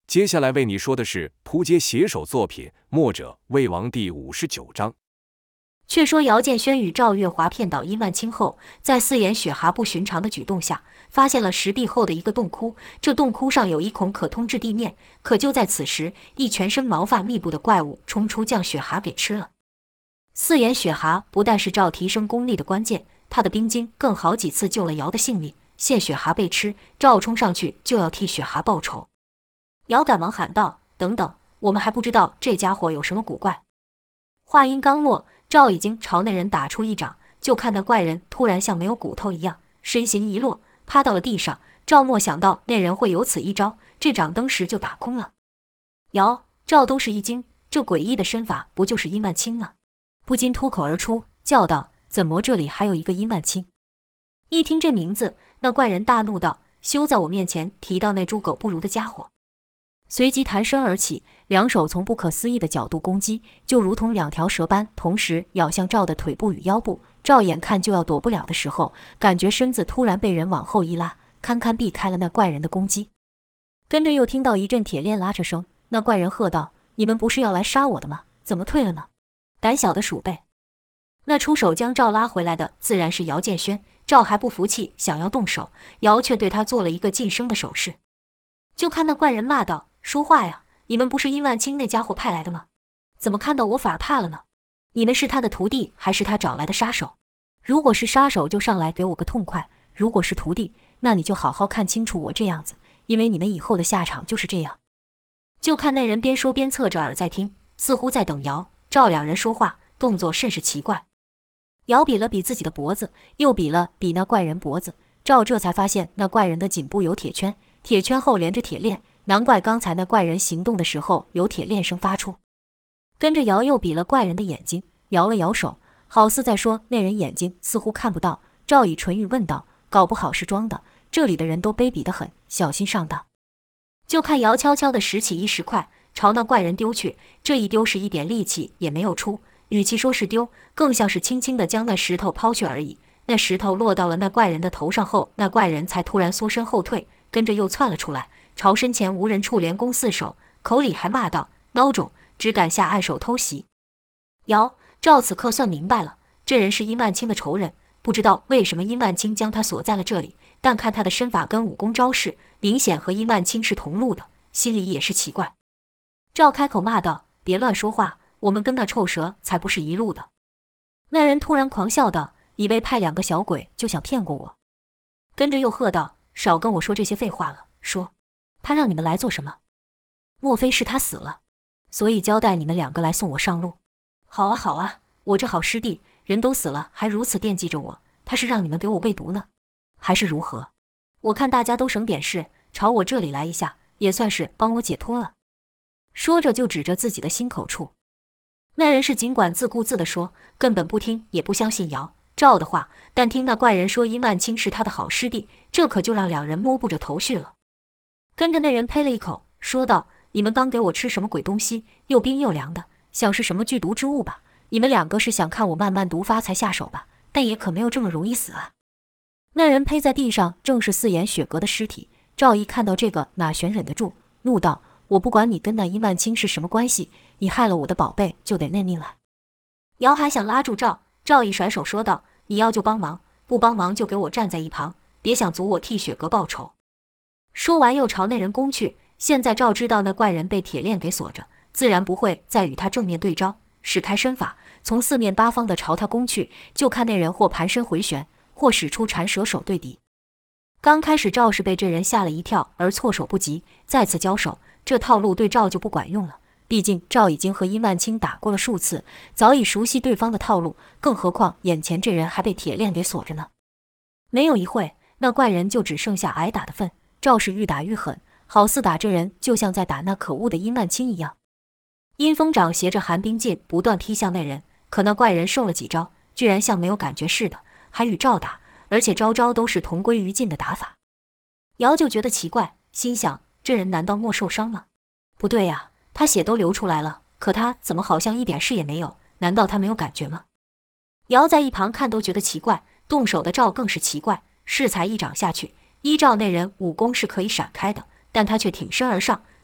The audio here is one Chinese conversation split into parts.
接下来为你说的是扑街写手作品，墨者魏王第59章。 却说姚建轩与赵月华骗倒殷万清后，在四眼雪蛤不寻常的举动下，发现了石壁后的一个洞窟。这洞窟上有一孔可通至地面，可就在此时，一全身毛发密布的怪物冲出，将雪蛤给吃了。四眼雪蛤不但是赵提升功力的关键，他的冰晶更好几次救了姚的性命。见雪蛤被吃，赵冲上去就要替雪蛤报仇。姚赶忙喊道：“等等，我们还不知道这家伙有什么古怪。”话音刚落，赵已经朝那人打出一掌，就看那怪人突然像没有骨头一样，身形一落，趴到了地上。赵莫想到那人会有此一招，这掌登时就打空了。姚、赵都是一惊，这诡异的身法不就是殷万清吗？不禁脱口而出，叫道：“怎么这里还有一个殷万清？”一听这名字，那怪人大怒道：“休在我面前提到那猪狗不如的家伙！”随即弹身而起，两手从不可思议的角度攻击，就如同两条蛇般同时咬向赵的腿部与腰部。赵眼看就要躲不了的时候，感觉身子突然被人往后一拉，堪堪避开了那怪人的攻击。跟着又听到一阵铁链拉扯声，那怪人喝道：“你们不是要来杀我的吗？怎么退了呢？胆小的鼠辈！”那出手将赵拉回来的自然是姚建轩。赵还不服气，想要动手，姚却对他做了一个噤声的手势。就看那怪人骂道：“说话呀！你们不是殷万清那家伙派来的吗？怎么看到我反而怕了呢？你们是他的徒弟还是他找来的杀手？如果是杀手就上来给我个痛快，如果是徒弟，那你就好好看清楚我这样子，因为你们以后的下场就是这样。”就看那人边说边侧着耳在听，似乎在等姚、赵两人说话，动作甚是奇怪。姚比了比自己的脖子，又比了比那怪人脖子，赵这才发现那怪人的颈部有铁圈，铁圈后连着铁链，难怪刚才那怪人行动的时候有铁链声发出。跟着姚又比了怪人的眼睛，摇了摇手，好似在说那人眼睛似乎看不到。赵以唇语问道：“搞不好是装的，这里的人都卑鄙得很，小心上当。”就看姚悄悄地拾起一石块，朝那怪人丢去，这一丢是一点力气也没有出，与其说是丢，更像是轻轻地将那石头抛去而已。那石头落到了那怪人的头上后，那怪人才突然缩身后退，跟着又窜了出来，朝身前无人处连弓4手，口里还骂道：“孬种，只敢下暗手偷袭！”姚、赵此刻算明白了，这人是殷万清的仇人，不知道为什么殷万清将他锁在了这里，但看他的身法跟武功招式，明显和殷万清是同路的，心里也是奇怪。赵开口骂道：“别乱说话，我们跟那臭蛇才不是一路的。”那人突然狂笑道：“以为派2个小鬼就想骗过我？”跟着又喝道：“少跟我说这些废话了，说他让你们来做什么？莫非是他死了，所以交代你们2个来送我上路？好啊好啊，我这好师弟，人都死了还如此惦记着我，他是让你们给我喂毒呢，还是如何？我看大家都省点事，朝我这里来一下，也算是帮我解脱了。”说着就指着自己的心口处。那人是尽管自顾自地说，根本不听也不相信姚、赵的话，但听那怪人说殷万清是他的好师弟，这可就让2人摸不着头绪了。跟着那人呸了一口，说道：“你们刚给我吃什么鬼东西，又冰又凉的，像是什么剧毒之物吧？你们2个是想看我慢慢毒发才下手吧？但也可没有这么容易死啊！”那人呸在地上，正是四眼雪蛤的尸体。赵一看到这个，哪悬忍得住，怒道：“我不管你跟那殷万清是什么关系，你害了我的宝贝就得认命了。”姚还想拉住赵，赵一甩手说道：“你要就帮忙，不帮忙就给我站在一旁，别想阻我替雪蛤报仇。”说完又朝那人攻去。现在赵知道那怪人被铁链给锁着，自然不会再与他正面对招，使开身法，从4面8方的朝他攻去。就看那人或盘身回旋，或使出缠蛇手对敌。刚开始赵是被这人吓了一跳而措手不及，再次交手，这套路对赵就不管用了。毕竟赵已经和殷万清打过了数次，早已熟悉对方的套路，更何况眼前这人还被铁链给锁着呢。没有一会，那怪人就只剩下挨打的份。赵是愈打愈狠，好似打这人就像在打那可恶的殷万清一样。阴风掌携着寒冰劲不断踢向那人，可那怪人受了几招，居然像没有感觉似的，还与赵打，而且招招都是同归于尽的打法。姚就觉得奇怪，心想：这人难道莫受伤吗？不对呀，他血都流出来了，可他怎么好像一点事也没有？难道他没有感觉吗？姚在一旁看都觉得奇怪，动手的赵更是奇怪，适才一掌下去，依照那人武功是可以闪开的，但他却挺身而上，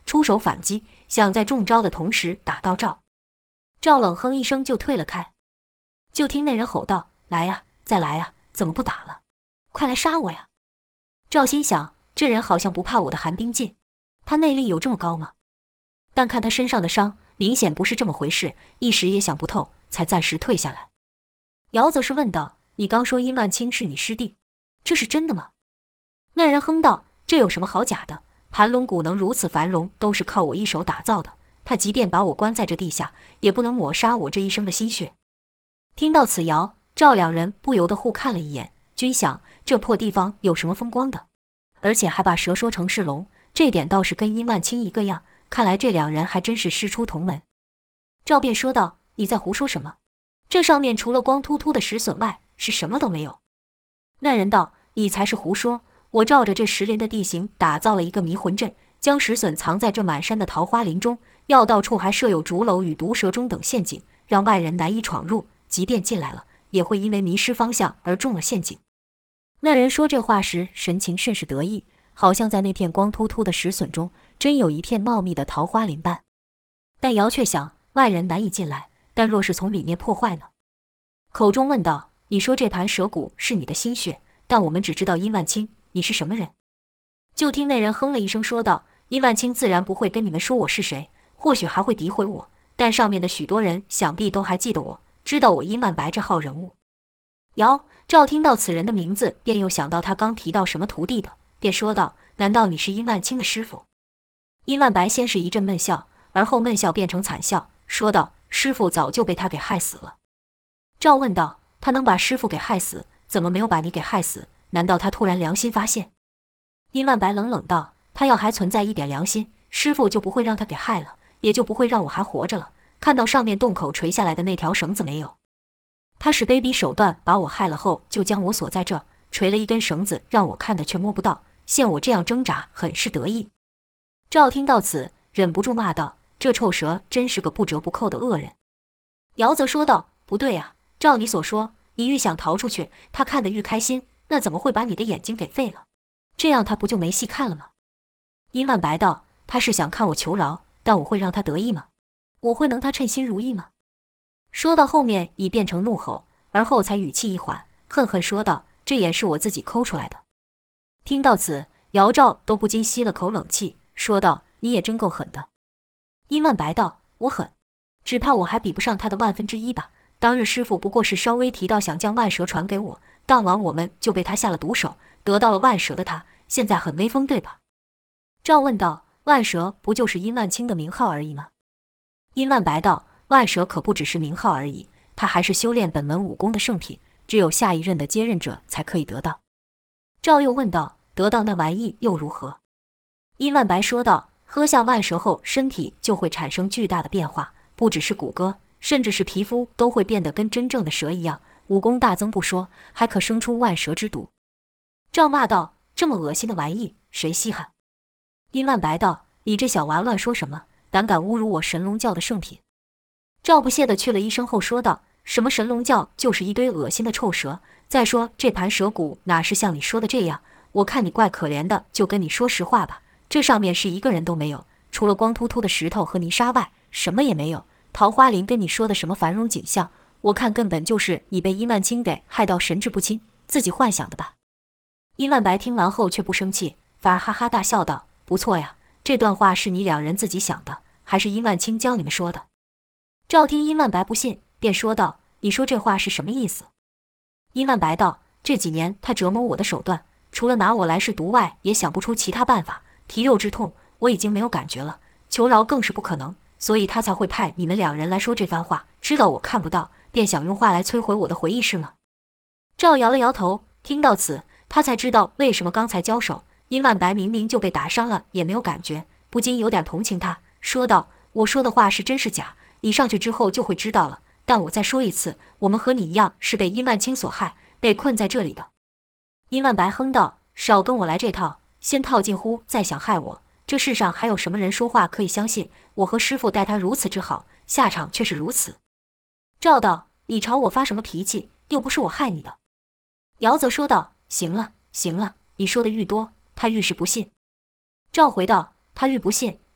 出手反击，想在中招的同时打到赵。赵冷哼一声就退了开。就听那人吼道：“来呀，再来呀，怎么不打了？快来杀我呀！”赵心想，这人好像不怕我的寒冰劲，他内力有这么高吗？但看他身上的伤，明显不是这么回事，一时也想不透，才暂时退下来。姚则是问道：“你刚说殷万清是你师弟，这是真的吗？”那人哼道：“这有什么好假的？盘龙谷能如此繁荣，都是靠我一手打造的。他即便把我关在这地下，也不能抹杀我这一生的心血。”听到此谣，赵两人不由得互看了一眼，均想这破地方有什么风光的，而且还把蛇说成是龙，这点倒是跟殷万清一个样。看来这两人还真是师出同门。赵便说道：“你在胡说什么？这上面除了光秃秃的石笋外，是什么都没有。”那人道：“你才是胡说！我照着这石林的地形打造了一个迷魂阵，将石笋藏在这满山的桃花林中，要道处还设有竹篓与毒蛇中等陷阱，让外人难以闯入。即便进来了，也会因为迷失方向而中了陷阱。”那人说这话时，神情甚是得意，好像在那片光秃秃的石笋中，真有一片茂密的桃花林般。但姚却想，外人难以进来，但若是从里面破坏呢？口中问道：“你说这盘蛇骨是你的心血，但我们只知道殷万清，你是什么人？”就听那人哼了一声说道：“殷万清自然不会跟你们说我是谁，或许还会诋毁我，但上面的许多人想必都还记得我，知道我殷万白这号人物。”赵听到此人的名字，便又想到他刚提到什么徒弟的，便说道：“难道你是殷万清的师傅？”殷万白先是一阵闷笑，而后闷笑变成惨笑，说道：“师傅早就被他给害死了。”赵问道：“他能把师傅给害死，怎么没有把你给害死？难道他突然良心发现？”殷万白冷冷道：“他要还存在一点良心，师傅就不会让他给害了，也就不会让我还活着了。看到上面洞口垂下来的那条绳子没有？他使卑鄙手段把我害了后，就将我锁在这，垂了一根绳子让我看的却摸不到，见我这样挣扎，很是得意。”赵听到此，忍不住骂道：“这臭蛇真是个不折不扣的恶人。”姚则说道：“不对啊，照你所说，你愈想逃出去，他看得愈开心，那怎么会把你的眼睛给废了？这样他不就没戏看了吗？”殷万白道：“他是想看我求饶，但我会让他得意吗？我会能他称心如意吗？”说到后面已变成怒吼，而后才语气一缓，恨恨说道：“这也是我自己抠出来的。”听到此，姚赵都不禁吸了口冷气，说道：“你也真够狠的。”殷万白道：“我狠，只怕我还比不上他的1/1000吧。当日师傅不过是稍微提到想将万蛇传给我，当晚我们就被他下了毒手，得到了万蛇的他，现在很威风，对吧？”赵问道：“万蛇不就是殷万清的名号而已吗？”殷万白道：“万蛇可不只是名号而已，他还是修炼本门武功的圣品，只有下一任的接任者才可以得到。”赵又问道：“得到那玩意又如何？”殷万白说道：“喝下万蛇后，身体就会产生巨大的变化，不只是骨骼，甚至是皮肤都会变得跟真正的蛇一样，武功大增不说，还可生出万蛇之毒。”赵骂道：“这么恶心的玩意，谁稀罕？”殷万白道：“你这小娃乱说什么？胆敢侮辱我神龙教的圣品！”赵不屑地去了一声后说道：“什么神龙教，就是一堆恶心的臭蛇。再说这盘蛇骨哪是像你说的这样？我看你怪可怜的，就跟你说实话吧，这上面是一个人都没有，除了光秃秃的石头和泥沙外，什么也没有。桃花林跟你说的什么繁荣景象，我看根本就是你被殷万清给害到神志不清，自己幻想的吧。”殷万白听完后却不生气，反而哈哈大笑道：“不错呀，这段话是你两人自己想的，还是殷万清教你们说的？”赵听殷万白不信，便说道：“你说这话是什么意思？”殷万白道：“这几年他折磨我的手段，除了拿我来试毒外，也想不出其他办法。皮肉之痛我已经没有感觉了，求饶更是不可能，所以他才会派你们两人来说这番话，知道我看不到，便想用话来摧毁我的回忆是吗？”赵摇了摇头，听到此，他才知道为什么刚才交手，殷万白明明就被打伤了，也没有感觉，不禁有点同情他，说道：“我说的话是真是假？你上去之后就会知道了。但我再说一次，我们和你一样是被殷万清所害，被困在这里的。”殷万白哼道：“少跟我来这套，先套近乎，再想害我。这世上还有什么人说话可以相信？我和师傅待他如此之好，下场却是如此。”赵道：“你朝我发什么脾气？又不是我害你的。”姚则说道：“行了，行了，你说的愈多，他愈是不信。”赵回道：“他愈不信，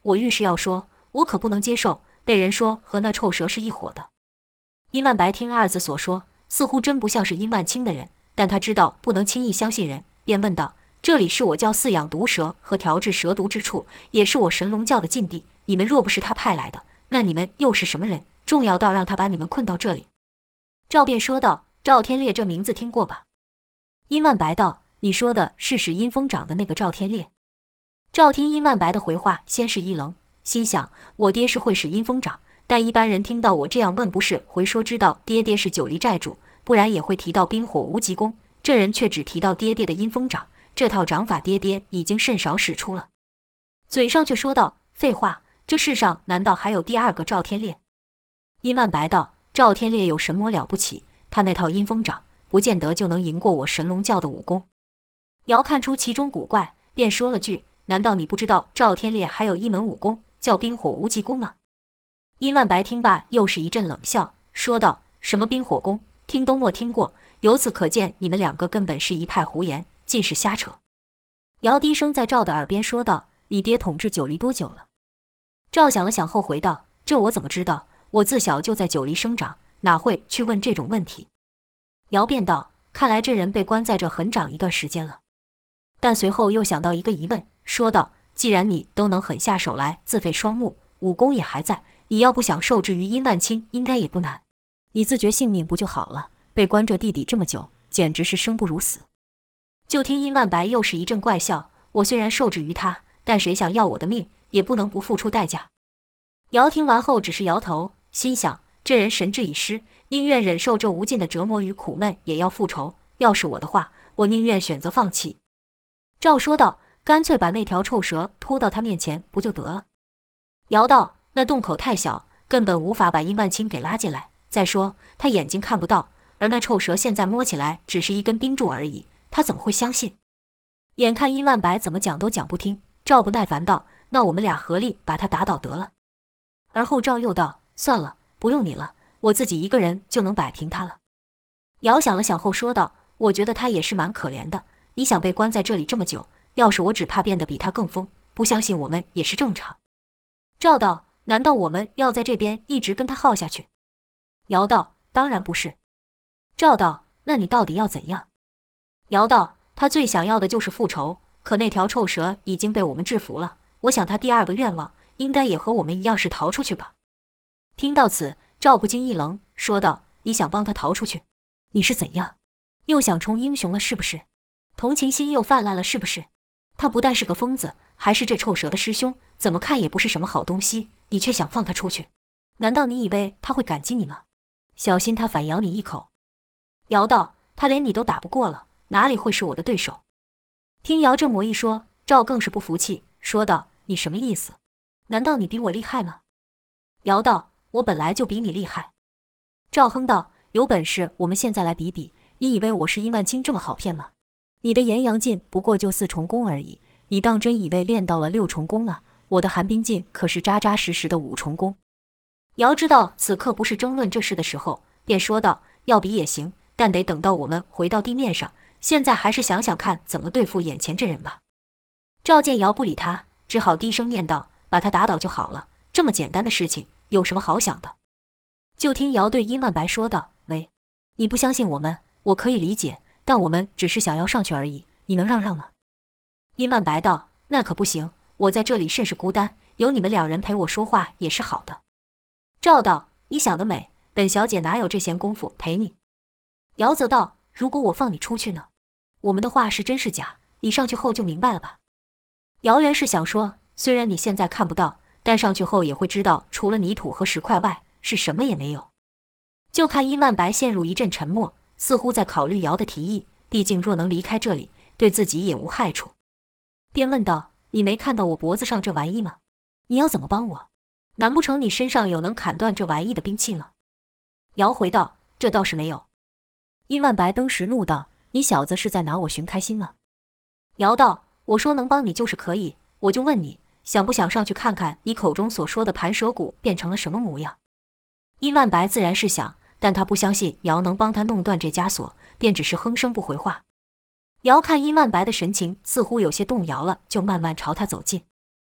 我愈是要说，我可不能接受被人说和那臭蛇是一伙的。殷万白听二子所说，似乎真不像是殷万清的人，但他知道不能轻易相信人，便问道：这里是我教饲养毒蛇和调制蛇毒之处，也是我神龙教的禁地，你们若不是他派来的，那你们又是什么人，重要到让他把你们困到这里？赵便说道：赵天烈这名字听过吧？殷万白道：你说的是使阴风掌的那个赵天烈。赵听殷万白的回话，先是一愣，心想：我爹是会使阴风掌，但一般人听到我这样问，不是回说知道爹爹是九黎寨主，不然也会提到冰火无极功，这人却只提到爹爹的阴风掌，这套掌法爹爹已经甚少使出了。嘴上却说道：废话，这世上难道还有第二个赵天烈？殷万白道：赵天烈有什么了不起？他那套阴风掌不见得就能赢过我神龙教的武功。姚看出其中古怪，便说了句：难道你不知道赵天烈还有一门武功叫冰火无极功吗？殷万白听罢又是一阵冷笑，说道：什么冰火功，听都没听过，由此可见你们两个根本是一派胡言，尽是瞎扯。姚低声在赵的耳边说道：你爹统治九黎多久了？赵想了想后回道：这我怎么知道？我自小就在九黎生长，哪会去问这种问题？姚便道：看来这人被关在这很长一段时间了。但随后又想到一个疑问，说道：既然你都能狠下手来自废双目，武功也还在，你要不想受制于殷万清，应该也不难。你自绝性命不就好了？被关这地底这么久，简直是生不如死。就听殷万白又是一阵怪笑：我虽然受制于他，但谁想要我的命，也不能不付出代价。姚听完后只是摇头，心想：这人神智已失，宁愿忍受这无尽的折磨与苦闷，也要复仇。要是我的话，我宁愿选择放弃。赵说道：干脆把那条臭蛇拖到他面前不就得了？姚道：那洞口太小，根本无法把殷万清给拉进来。再说他眼睛看不到，而那臭蛇现在摸起来只是一根冰柱而已，他怎么会相信？眼看殷万白怎么讲都讲不听，赵不耐烦道：那我们俩合力把他打倒得了。而后赵又道：算了，不用你了，我自己一个人就能摆平他了。姚想了想后说道：我觉得他也是蛮可怜的，你想被关在这里这么久，要是我只怕变得比他更疯，不相信我们也是正常。赵道：难道我们要在这边一直跟他耗下去？姚道：当然不是。赵道：那你到底要怎样？姚道：他最想要的就是复仇，可那条臭蛇已经被我们制服了，我想他第二个愿望应该也和我们一样是逃出去吧。听到此，赵不禁一愣，说道：你想帮他逃出去？你是怎样？又想充英雄了是不是？同情心又泛滥了是不是？他不但是个疯子，还是这臭蛇的师兄，怎么看也不是什么好东西，你却想放他出去？难道你以为他会感激你吗？小心他反咬你一口。姚道：他连你都打不过了，哪里会是我的对手？听姚这么一说，赵更是不服气，说道：你什么意思？难道你比我厉害吗？姚道：我本来就比你厉害。赵哼道：有本事我们现在来比比，你以为我是殷万清这么好骗吗？你的炎阳劲不过就4重功而已，你当真以为练到了6重功了？我的寒冰劲可是扎扎实实的5重功。姚知道此刻不是争论这事的时候，便说道：要比也行，但得等到我们回到地面上，现在还是想想看怎么对付眼前这人吧。赵见姚不理他，只好低声念道：把他打倒就好了，这么简单的事情有什么好想的？就听姚对殷万白说道：喂，你不相信我们，我可以理解，但我们只是想要上去而已，你能让吗？殷万白道：那可不行，我在这里甚是孤单，有你们2人陪我说话也是好的。赵道：你想得美，本小姐哪有这闲工夫陪你？姚则道：如果我放你出去呢？我们的话是真是假，你上去后就明白了吧。姚原是想说，虽然你现在看不到，但上去后也会知道，除了泥土和石块外，是什么也没有。就看殷万白陷入一阵沉默，似乎在考虑姚的提议，毕竟若能离开这里，对自己也无害处。便问道：你没看到我脖子上这玩意吗？你要怎么帮我？难不成你身上有能砍断这玩意的兵器吗？姚回道：这倒是没有。殷万白登时怒道：你小子是在拿我寻开心吗？姚道：我说能帮你就是可以，我就问你，想不想上去看看你口中所说的盘蛇骨变成了什么模样？殷万白自然是想，但他不相信姚能帮他弄断这枷锁，便只是哼声不回话。姚看殷万白的神情似乎有些动摇了，就慢慢朝他走近。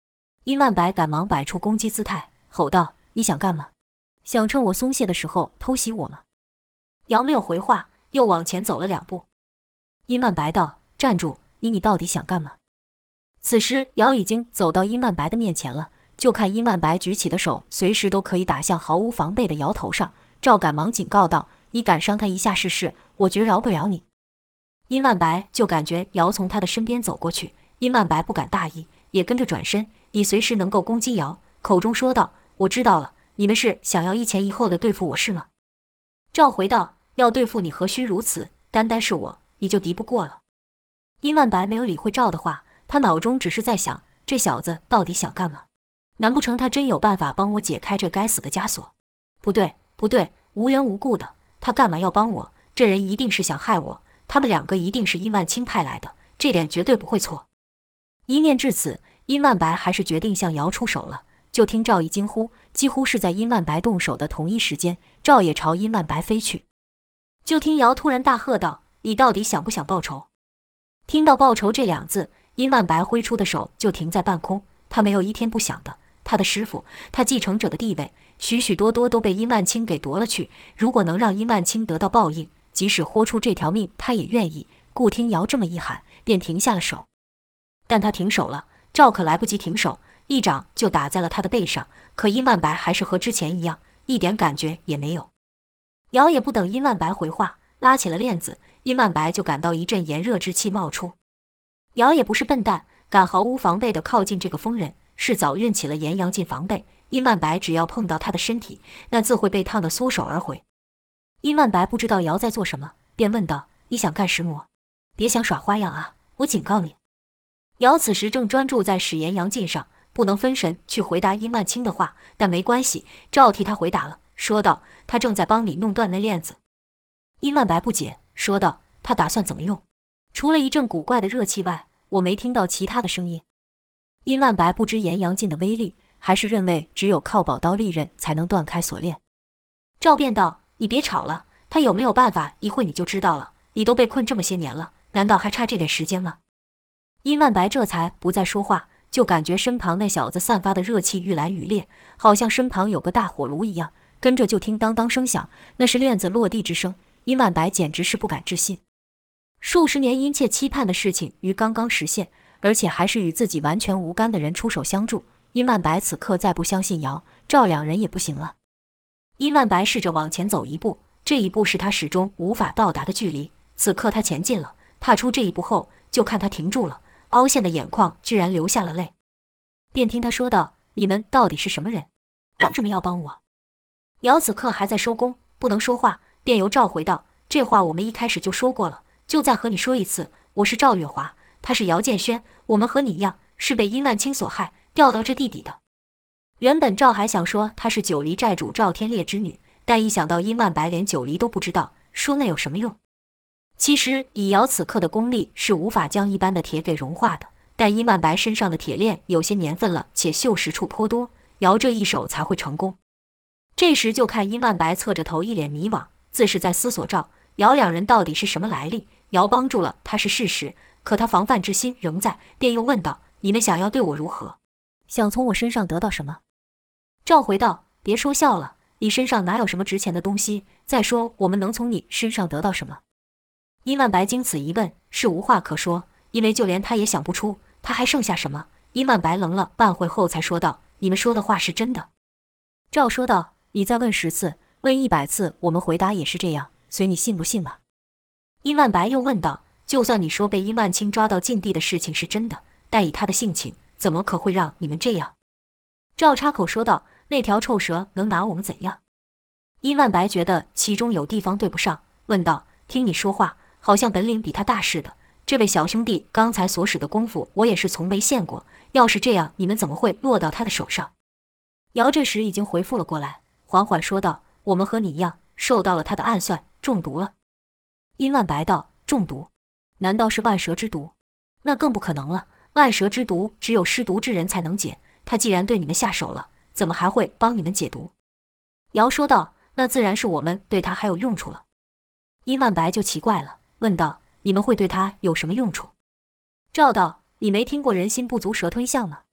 殷万白赶忙摆出攻击姿态，吼道：“你想干嘛？想趁我松懈的时候偷袭我吗？”姚没有回话，又往前走了2步。殷万白道：“站住！你到底想干嘛？”此时姚已经走到殷万白的面前了，就看殷万白举起的手随时都可以打向毫无防备的姚头上。赵赶忙警告道：“你敢伤他一下试试，我绝饶不了你！”殷万白就感觉姚从他的身边走过去，殷万白不敢大意，也跟着转身，以随时能够攻击姚，口中说道：“我知道了，你们是想要一前一后的对付我是吗？”赵回道：“要对付你何须如此，单单是我，你就敌不过了。”殷万白没有理会赵的话，他脑中只是在想，这小子到底想干嘛？难不成他真有办法帮我解开这该死的枷锁？不对，不对，无缘无故的，他干嘛要帮我？这人一定是想害我，他们2个一定是殷万清派来的，这点绝对不会错。一念至此，殷万白还是决定向姚出手了。就听赵一惊呼，几乎是在殷万白动手的同一时间，赵也朝殷万白飞去。就听姚突然大喝道：“你到底想不想报仇？”听到报仇这2字，殷万白挥出的手就停在半空。他没有一天不想的，他的师傅，他继承者的地位，许许多多都被殷万清给夺了去。如果能让殷万清得到报应，即使豁出这条命，他也愿意。故听姚这么一喊，便停下了手。但他停手了，赵可来不及停手，一掌就打在了他的背上。可殷万白还是和之前一样，一点感觉也没有。姚也不等殷万白回话，拉起了链子，殷万白就感到一阵炎热之气冒出。姚也不是笨蛋，敢毫无防备地靠近这个疯人，是早运起了炎阳镜防备。殷万白只要碰到他的身体，那自会被烫得缩手而回。殷万白不知道姚在做什么，便问道：“你想干石魔？别想耍花样啊，我警告你！”姚此时正专注在使炎阳镜上，不能分神去回答殷万清的话，但没关系，赵替他回答了，说道：“他正在帮你弄断那链子。”殷万白不解，说道：“他打算怎么用？除了一阵古怪的热气外，我没听到其他的声音。”殷万白不知炎阳镜的威力，还是认为只有靠宝刀利刃才能断开锁链。赵便道：“你别吵了，他有没有办法，一会你就知道了。你都被困这么些年了，难道还差这点时间吗？”殷万白这才不再说话，就感觉身旁那小子散发的热气愈来愈烈，好像身旁有个大火炉一样。跟着就听当当声响，那是链子落地之声。殷万白简直是不敢置信，数十年殷切期盼的事情于刚刚实现，而且还是与自己完全无干的人出手相助。殷万白此刻再不相信姚、赵2人也不行了。殷万白试着往前走一步，这一步是他始终无法到达的距离。此刻他前进了，踏出这一步后，就看他停住了，凹陷的眼眶居然流下了泪。便听他说道：“你们到底是什么人？为什么要帮我？”姚此刻还在收工，不能说话，便由赵回道：“这话我们一开始就说过了，就再和你说一次，我是赵月华，他是姚建轩，我们和你一样，是被殷万清所害，掉到这地底的。”原本赵还想说她是九黎寨主赵天烈之女，但一想到殷万白连九黎都不知道，说那有什么用？其实以姚此刻的功力是无法将一般的铁给融化的，但殷万白身上的铁链有些年份了，且锈蚀处颇多，姚这一手才会成功。这时就看殷万白侧着头，一脸迷惘，自是在思索赵、姚2人到底是什么来历。姚帮助了他是事实，可他防范之心仍在，便又问道：“你们想要对我如何？想从我身上得到什么？”赵回道：“别说笑了，你身上哪有什么值钱的东西？再说我们能从你身上得到什么？”殷万白经此一问，是无话可说，因为就连他也想不出他还剩下什么。殷万白愣了半会后才说道：“你们说的话是真的？”赵说道：“你再问10次，问100次，我们回答也是这样，随你信不信吧。”殷万白又问道：“就算你说被殷万清抓到禁地的事情是真的，但以他的性情，怎么可会让你们这样？”赵插口说道：“那条臭蛇能拿我们怎样？”殷万白觉得其中有地方对不上，问道：“听你说话，好像本领比他大似的。这位小兄弟刚才所使的功夫，我也是从没见过。要是这样，你们怎么会落到他的手上？”姚这时已经回复了过来，缓缓说道：“我们和你一样，受到了他的暗算，中毒了。”殷万白道：“中毒？难道是万蛇之毒？那更不可能了，万蛇之毒只有施毒之人才能解，他既然对你们下手了，怎么还会帮你们解毒？”姚说道：“那自然是我们对他还有用处了。”殷万白就奇怪了，问道：“你们会对他有什么用处？”赵道：“你没听过人心不足蛇吞象吗？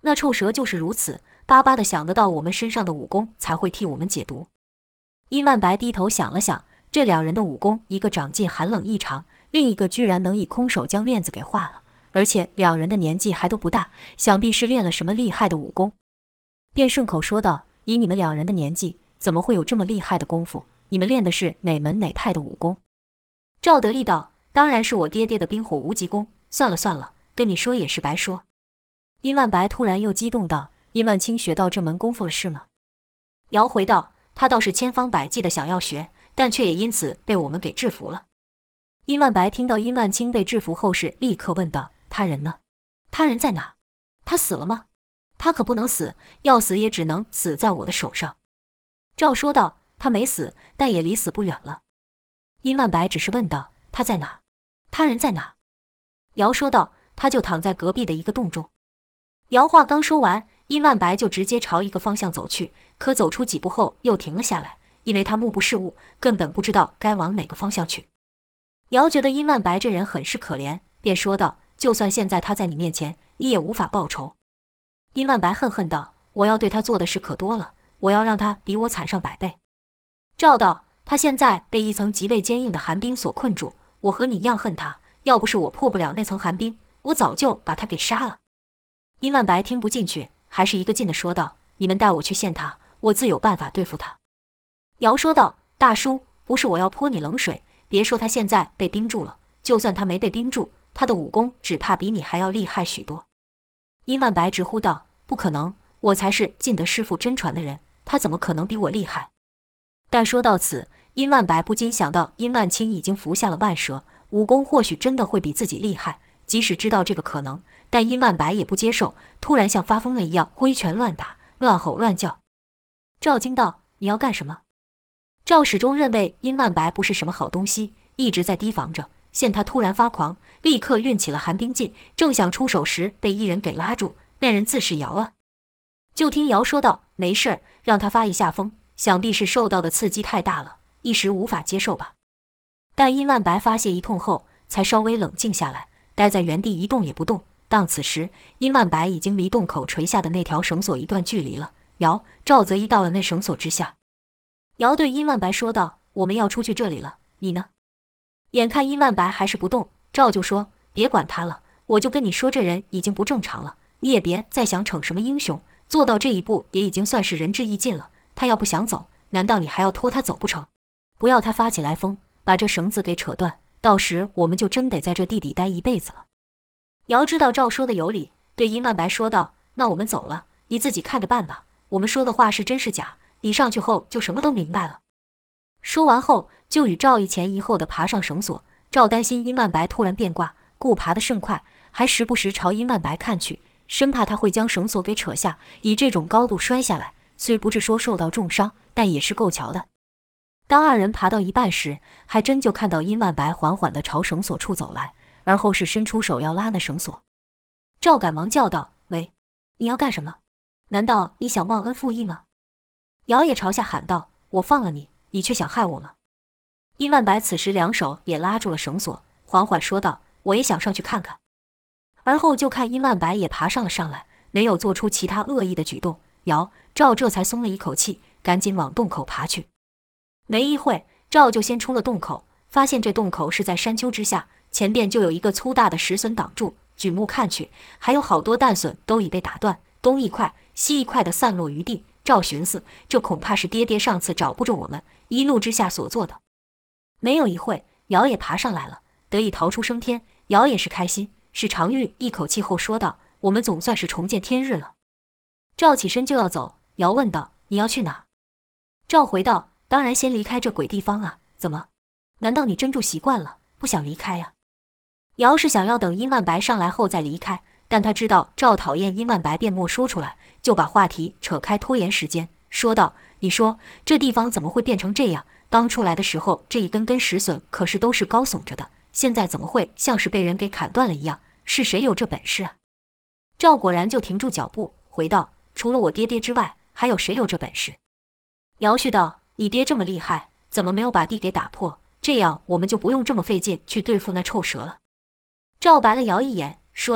那臭蛇就是如此，巴巴的想得到我们身上的武功，才会替我们解毒。殷万白低头想了想，这两人的武功，一个长进寒冷异常，另一个居然能以空手将链子给化了，而且两人的年纪还都不大，想必是练了什么厉害的武功。便顺口说道：“以你们两人的年纪，怎么会有这么厉害的功夫？你们练的是哪门哪派的武功？”赵得力道：“当然是我爹爹的冰火无极功。算了算了，跟你说也是白说。”殷万白突然又激动道：“殷万清学到这门功夫了是吗？”姚回道：“他倒是千方百计的想要学，但却也因此被我们给制服了。”殷万白听到殷万清被制服后，是立刻问道：“他人呢？他人在哪？他死了吗？他可不能死，要死也只能死在我的手上。”赵说道：“他没死，但也离死不远了。”殷万白只是问道：“他在哪？他人在哪？”姚说道：“他就躺在隔壁的一个洞中。”姚话刚说完，殷万白就直接朝一个方向走去，可走出几步后又停了下来，因为他目不识物，根本不知道该往哪个方向去。姚觉得殷万白这人很是可怜，便说道：“就算现在他在你面前，你也无法报仇。”殷万白恨恨道：“我要对他做的事可多了，我要让他比我惨上100倍。”赵道：“他现在被一层极为坚硬的寒冰所困住，我和你一样恨他，要不是我破不了那层寒冰，我早就把他给杀了。”殷万白听不进去，还是一个劲地说道：“你们带我去见他，我自有办法对付他。”姚说道：“大叔，不是我要泼你冷水，别说他现在被冰住了，就算他没被冰住，他的武功只怕比你还要厉害许多。”殷万白直呼道：“不可能，我才是晋德师傅真传的人，他怎么可能比我厉害？”但说到此，殷万白不禁想到殷万清已经服下了万蛇，武功或许真的会比自己厉害。即使知道这个可能，但殷万白也不接受，突然像发疯了一样挥拳乱打，乱吼乱叫。赵惊道：“你要干什么？”赵始终认为殷万白不是什么好东西，一直在提防着，见他突然发狂，立刻运起了寒冰劲，正想出手时被一人给拉住，那人自是姚啊。就听姚说道：“没事儿，让他发一下疯，想必是受到的刺激太大了，一时无法接受吧。”但殷万白发泄一通后，才稍微冷静下来，待在原地一动也不动。当此时，殷万白已经离洞口垂下的那条绳索一段距离了。姚、赵则移到了那绳索之下。姚对殷万白说道：“我们要出去这里了，你呢？”眼看殷万白还是不动，赵就说：“别管他了，我就跟你说，这人已经不正常了，你也别再想逞什么英雄，做到这一步也已经算是仁至义尽了。他要不想走，难道你还要拖他走不成？不要他发起来疯，把这绳子给扯断，到时我们就真得在这地底待一辈子了。”姚知道赵说的有理，对殷万白说道：“那我们走了，你自己看着办吧。我们说的话是真是假，你上去后就什么都明白了。”说完后，就与赵一前一后的爬上绳索。赵担心殷万白突然变卦，故爬得甚快，还时不时朝殷万白看去，生怕他会将绳索给扯下，以这种高度摔下来，虽不是说受到重伤，但也是够瞧的。当二人爬到一半时，还真就看到殷万白缓缓地朝绳索处走来，而后是伸出手要拉那绳索。赵赶忙叫道：“喂，你要干什么？难道你想忘恩负义吗？”姚也朝下喊道：“我放了你，你却想害我吗？”殷万白此时两手也拉住了绳索，缓缓说道：“我也想上去看看。”而后就看殷万白也爬上了上来，没有做出其他恶意的举动。姚、赵这才松了一口气，赶紧往洞口爬去。没一会，赵就先出了洞口，发现这洞口是在山丘之下，前边就有一个粗大的石笋挡住，举目看去，还有好多蛋笋都已被打断，东一块西一块的散落于地。赵寻思，这恐怕是爹爹上次找不中我们，一怒之下所做的。没有一会，姚也爬上来了，得以逃出升天。姚也是开心，是常玉一口气后说道：“我们总算是重见天日了。”赵起身就要走，姚问道：“你要去哪？”赵回道：“当然先离开这鬼地方啊，怎么？难道你真住习惯了，不想离开呀？”姚是想要等殷万白上来后再离开，但他知道赵讨厌殷万白，便莫说出来，就把话题扯开拖延时间，说道：“你说这地方怎么会变成这样？刚出来的时候这一根根石笋可是都是高耸着的，现在怎么会像是被人给砍断了一样？是谁有这本事啊？”赵果然就停住脚步，回道：“除了我爹爹之外，还有谁有这本事？”姚旭道：“你爹这么厉害，怎么没有把地给打破？这样我们就不用这么费劲去对付那臭蛇了。”赵白了姚一眼，说道：“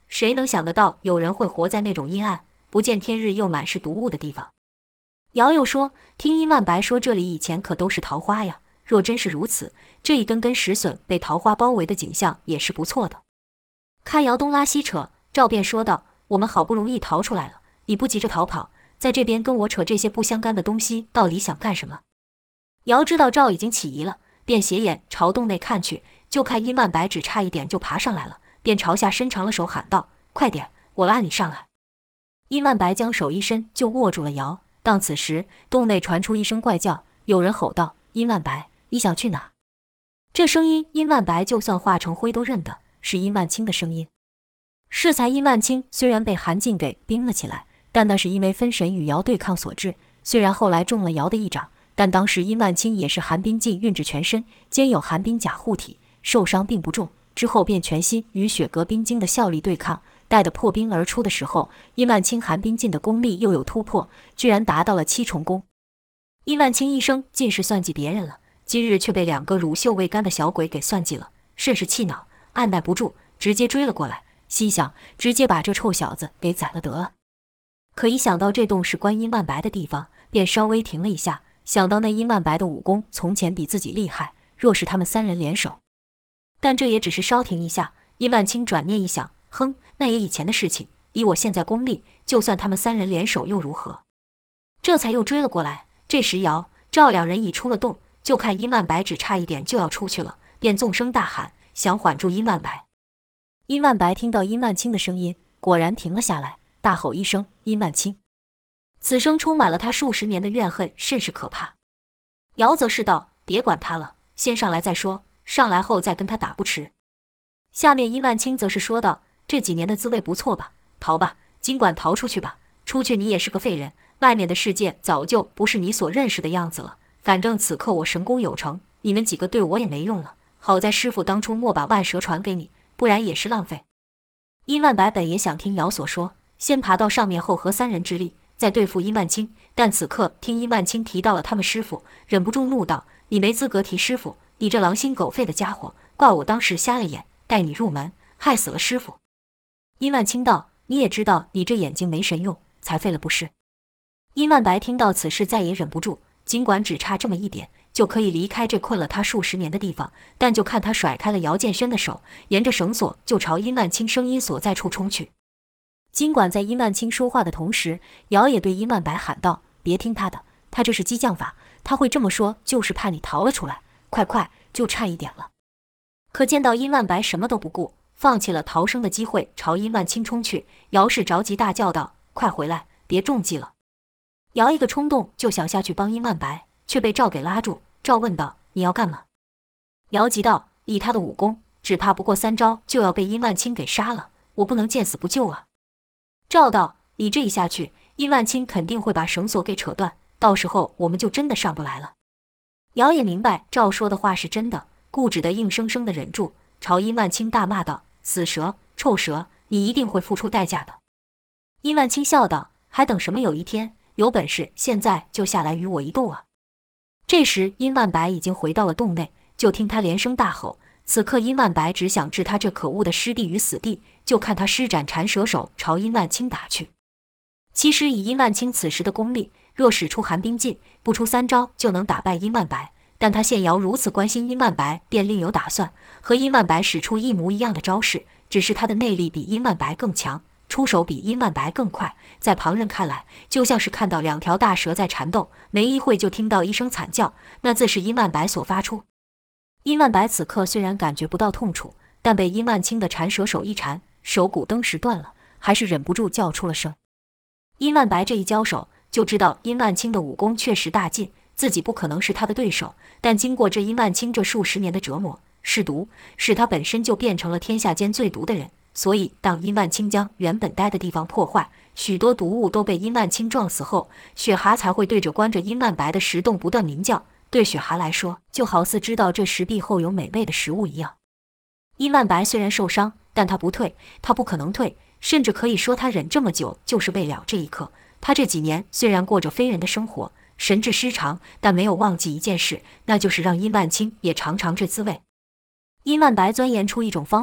谁能想得到有人会活在那种阴暗、不见天日又满是毒物的地方？瑶又说：“听殷万白说，这里以前可都是桃花呀。若真是如此，这一根根石笋被桃花包围的景象也是不错的。”看瑶东拉西扯，赵便说道：“我们好不容易逃出来了，你不急着逃跑，在这边跟我扯这些不相干的东西，到底想干什么？”瑶知道赵已经起疑了，便斜眼朝洞内看去，就看殷万白只差一点就爬上来了，便朝下伸长了手喊道：“快点，我拉你上来。”殷万白将手一伸，就握住了瑶。当此时，洞内传出一声怪叫，有人吼道：“殷万白，你想去哪？”这声音，殷万白就算化成灰都认得，是殷万清的声音。适才殷万清虽然被韩进给冰了起来，但那是因为分神与瑶对抗所致。虽然后来中了瑶的一掌，但当时殷万清也是寒冰劲运至全身，兼有寒冰甲护体，受伤并不重。之后便全心与雪阁冰晶的效力对抗。待得破冰而出的时候，殷万清寒冰劲的功力又有突破，居然达到了7重功。殷万清一生尽是算计别人了，今日却被2个乳臭未干的小鬼给算计了，甚是气恼，按耐不住，直接追了过来，心想直接把这臭小子给宰了得了。可一想到这洞是关殷万白的地方，便稍微停了一下，想到那殷万白的武功从前比自己厉害，若是他们3人联手，但这也只是稍停一下。殷万清转念一想，哼，那也以前的事情，以我现在功力，就算他们3人联手又如何？这才又追了过来。这时姚、赵2人已出了洞，就看殷万白只差一点就要出去了，便纵声大喊，想缓住殷万白。殷万白听到殷万清的声音，果然停了下来，大吼一声：“殷万清！”此声充满了他数十年的怨恨，甚是可怕。姚则是道：“别管他了，先上来再说，上来后再跟他打不迟。”下面殷万清则是说道：“这几年的滋味不错吧？逃吧，尽管逃出去吧。出去你也是个废人，外面的世界早就不是你所认识的样子了。反正此刻我神功有成，你们几个对我也没用了。好在师傅当初莫把万蛇传给你，不然也是浪费。”殷万白本也想听姚所说，先爬到上面后合3人之力，再对付殷万清。但此刻听殷万清提到了他们师傅，忍不住怒道：“你没资格提师傅，你这狼心狗肺的家伙，怪我当时瞎了眼，带你入门，害死了师傅。”殷万清道：“你也知道你这眼睛没神用，才废了不是？”殷万白听到此事，再也忍不住，尽管只差这么一点，就可以离开这困了他数十年的地方，但就看他甩开了姚建轩的手，沿着绳索就朝殷万清声音所在处冲去。尽管在殷万清说话的同时，姚也对殷万白喊道：“别听他的，他这是激将法，他会这么说就是怕你逃了出来，快，就差一点了。”可见到殷万白什么都不顾，放弃了逃生的机会，朝殷万清冲去。姚氏着急大叫道：“快回来，别中计了！”姚一个冲动就想下去帮殷万白，却被赵给拉住。赵问道：“你要干嘛？”姚急道：“以他的武功，只怕不过3招就要被殷万清给杀了，我不能见死不救啊！”赵道：“你这一下去，殷万清肯定会把绳索给扯断，到时候我们就真的上不来了。”姚也明白赵说的话是真的，故只得硬生生的忍住，朝殷万清大骂道：“死蛇，臭蛇，你一定会付出代价的。”殷万清笑道：“还等什么有一天？有本事现在就下来与我一斗啊！”这时殷万白已经回到了洞内，就听他连声大吼。此刻殷万白只想置他这可恶的师弟于死地，就看他施展缠蛇手朝殷万清打去。其实以殷万清此时的功力，若使出寒冰劲，不出3招就能打败殷万白。但他现瑶如此关心殷万白，便另有打算，和殷万白使出一模一样的招式，只是他的内力比殷万白更强，出手比殷万白更快。在旁人看来，就像是看到2条大蛇在缠斗，没一会就听到一声惨叫，那自是殷万白所发出。殷万白此刻虽然感觉不到痛楚，但被殷万清的缠蛇手一缠，手骨登时断了，还是忍不住叫出了声。殷万白这一交手，就知道殷万清的武功确实大进，自己不可能是他的对手。但经过这殷万清这数十年的折磨试毒，使他本身就变成了天下间最毒的人。所以当殷万清将原本待的地方破坏，许多毒物都被殷万清撞死后，雪蛤才会对着关着殷万白的石洞不断鸣叫。对雪蛤来说，就好似知道这石壁后有美味的食物一样。殷万白虽然受伤，但他不退，他不可能退，甚至可以说他忍这么久就是为了这一刻。他这几年虽然过着非人的生活，神志失常，但没有忘记一件事，那就是让殷万清也尝尝这滋味。殷万白钻研出一种方法，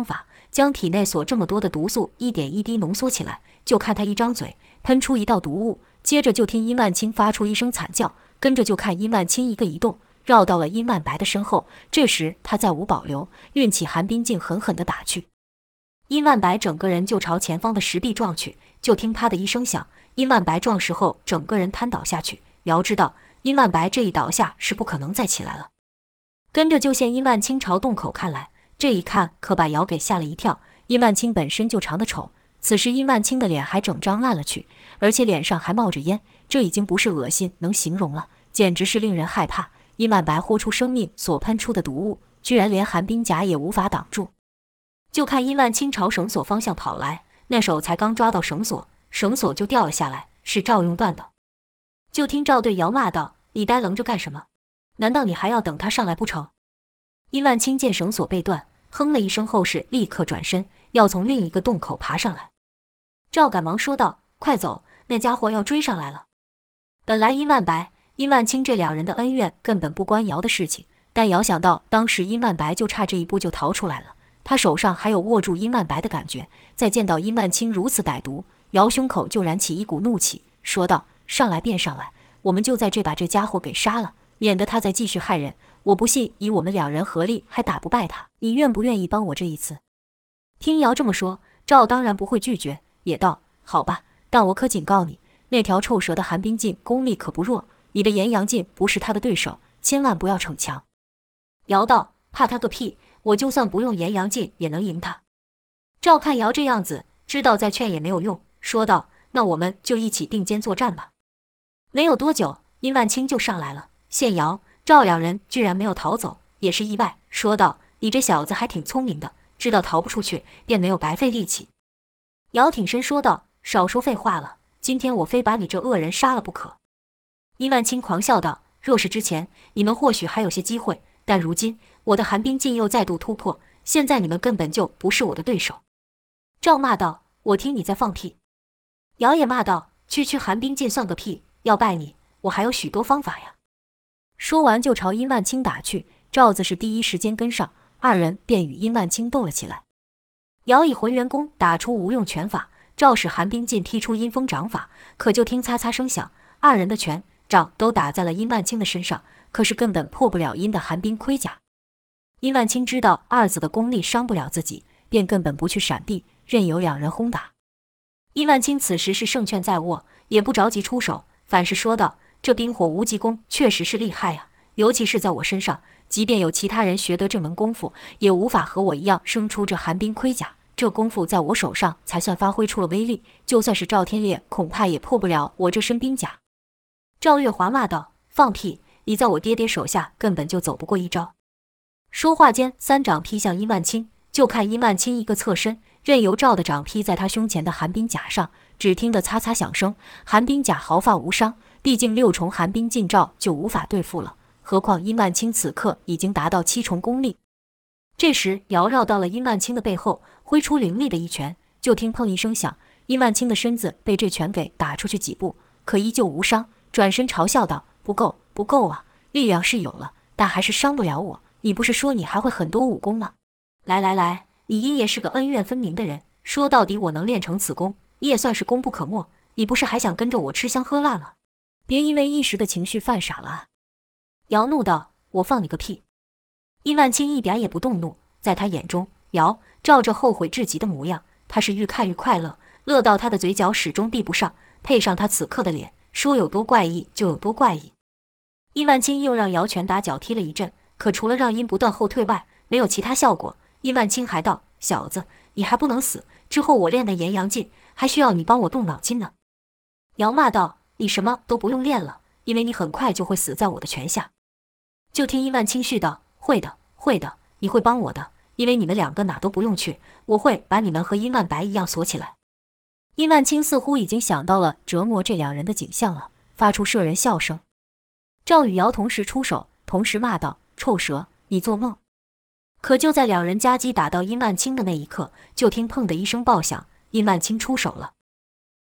将体内所这么多的毒素一点一滴浓缩起来。就看他一张嘴，喷出一道毒雾，接着就听殷万清发出一声惨叫，跟着就看殷万清一个移动，绕到了殷万白的身后。这时他再无保留，运起寒冰劲狠狠地打去。殷万白整个人就朝前方的石壁撞去，就听啪的一声响，殷万白撞实后整个人瘫倒下去。姚知道殷万白这一倒下是不可能再起来了，跟着就见殷万清朝洞口看来，这一看可把姚给吓了一跳。殷万清本身就长得丑，此时殷万清的脸还整张烂了去，而且脸上还冒着烟，这已经不是恶心能形容了，简直是令人害怕。殷万白豁出生命所喷出的毒雾，居然连寒冰甲也无法挡住。就看殷万清朝绳索方向跑来，那手才刚抓到绳索，绳索就掉了下来，是赵用断的。就听赵对姚骂道：“你呆愣着干什么？难道你还要等他上来不成？”殷万清见绳索被断，哼了一声后是立刻转身，要从另一个洞口爬上来。赵赶忙说道：“快走，那家伙要追上来了。”本来殷万白、殷万清这两人的恩怨根本不关姚的事情，但姚想到当时殷万白就差这一步就逃出来了，他手上还有握住殷万白的感觉，再见到殷万清如此歹毒，姚胸口就燃起一股怒气，说道：“上来便上来，我们就在这把这家伙给杀了，免得他再继续害人。我不信以我们两人合力还打不败他，你愿不愿意帮我这一次？”听姚这么说，赵当然不会拒绝，也道：“好吧，但我可警告你，那条臭蛇的寒冰劲功力可不弱，你的炎阳劲不是他的对手，千万不要逞强。”姚道：“怕他个屁，我就算不用炎阳劲也能赢他。”赵看姚这样子，知道再劝也没有用，说道：“那我们就一起并肩作战吧。”没有多久，殷万清就上来了，见姚、赵两人居然没有逃走，也是意外，说道：“你这小子还挺聪明的，知道逃不出去，便没有白费力气。”姚挺身说道：“少说废话了，今天我非把你这恶人杀了不可。”殷万清狂笑道：“若是之前，你们或许还有些机会，但如今我的寒冰劲又再度突破，现在你们根本就不是我的对手。”赵骂道：“我听你在放屁。”姚也骂道：“区寒冰劲算个屁，要败你，我还有许多方法呀。”说完就朝殷万清打去，赵子是第一时间跟上，二人便与殷万清斗了起来。姚以浑元功打出无用拳法，赵使寒冰劲踢出阴风掌法，可就听擦擦声响，二人的拳掌都打在了殷万清的身上，可是根本破不了殷的寒冰盔甲。殷万清知道二子的功力伤不了自己，便根本不去闪避，任由两人轰打。殷万清此时是胜券在握，也不着急出手，反是说道：“这冰火无极功确实是厉害啊，尤其是在我身上，即便有其他人学得这门功夫，也无法和我一样生出这寒冰盔甲。这功夫在我手上才算发挥出了威力，就算是赵天烈，恐怕也破不了我这身冰甲。”赵月华骂道：“放屁！你在我爹爹手下根本就走不过一招。”说话间，三掌劈向殷万清，就看殷万清一个侧身，任由赵的掌劈在他胸前的寒冰甲上，只听得擦擦响声，寒冰甲毫发无伤。毕竟6重寒冰劲赵就无法对付了，何况殷万清此刻已经达到7重功力。这时姚绕到了殷万清的背后，挥出凌厉的一拳，就听砰一声响，殷万清的身子被这拳给打出去几步，可依旧无伤，转身嘲笑道：“不够，不够啊！力量是有了，但还是伤不了我。你不是说你还会很多武功吗？来来来，你殷爷是个恩怨分明的人，说到底我能练成此功，你也算是功不可没。你不是还想跟着我吃香喝辣吗？别因为一时的情绪犯傻了啊！”姚怒道：“我放你个屁！”殷万清一点也不动怒，在他眼中，姚、赵这后悔至极的模样，他是愈看愈快乐，乐到他的嘴角始终闭不上，配上他此刻的脸，说有多怪异就有多怪异。殷万清又让姚拳打脚踢了一阵，可除了让殷不断后退外，没有其他效果。殷万清还道：“小子，你还不能死，之后我练的炎阳劲，还需要你帮我动脑筋呢。”姚骂道：“你什么都不用练了，因为你很快就会死在我的拳下。”就听殷万清续道：“会的，会的，你会帮我的，因为你们两个哪都不用去，我会把你们和殷万白一样锁起来。”殷万清似乎已经想到了折磨这两人的景象了，发出摄人笑声。赵与姚同时出手，同时骂道：“臭蛇，你做梦！”可就在两人夹击打到殷万清的那一刻，就听砰的一声爆响，殷万清出手了。